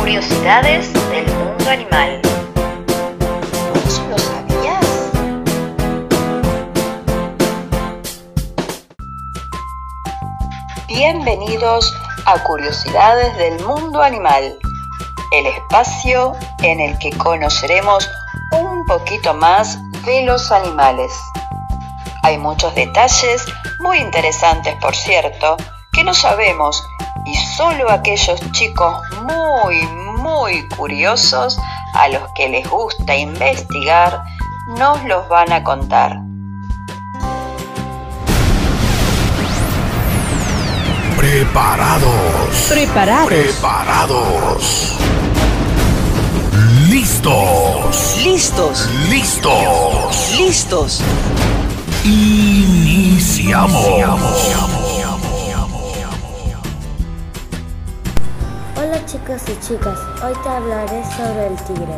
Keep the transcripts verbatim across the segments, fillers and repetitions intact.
Curiosidades del mundo animal. ¿Vos lo sabías? Bienvenidos a Curiosidades del mundo animal, el espacio en el que conoceremos un poquito más de los animales. Hay muchos detalles muy interesantes, por cierto, que no sabemos y solo aquellos chicos muy, muy curiosos a los que les gusta investigar nos los van a contar. Preparados. Preparados. Preparados. Listos. Listos. Listos. Listos. Iniciamos. Hola chicos y chicas, hoy te hablaré sobre el tigre.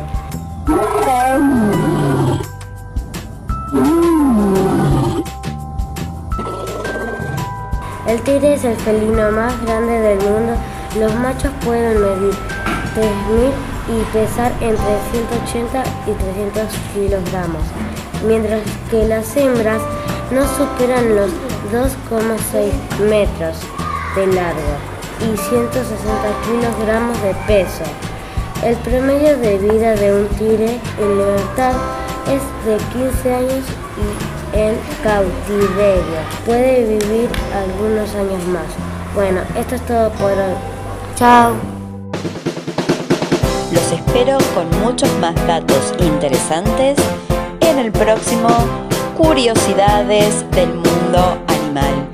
El tigre es el felino más grande del mundo. Los machos pueden medir tres mil y pesar entre ciento ochenta y trescientos kilogramos, mientras que las hembras no superan los dos coma seis metros de largo y ciento sesenta kilogramos de peso. El promedio de vida de un tigre en libertad es de quince años y en cautiverio puede vivir algunos años más. Bueno, esto es todo por hoy. Chao. Los espero con muchos más datos interesantes en el próximo Curiosidades del mundo animal.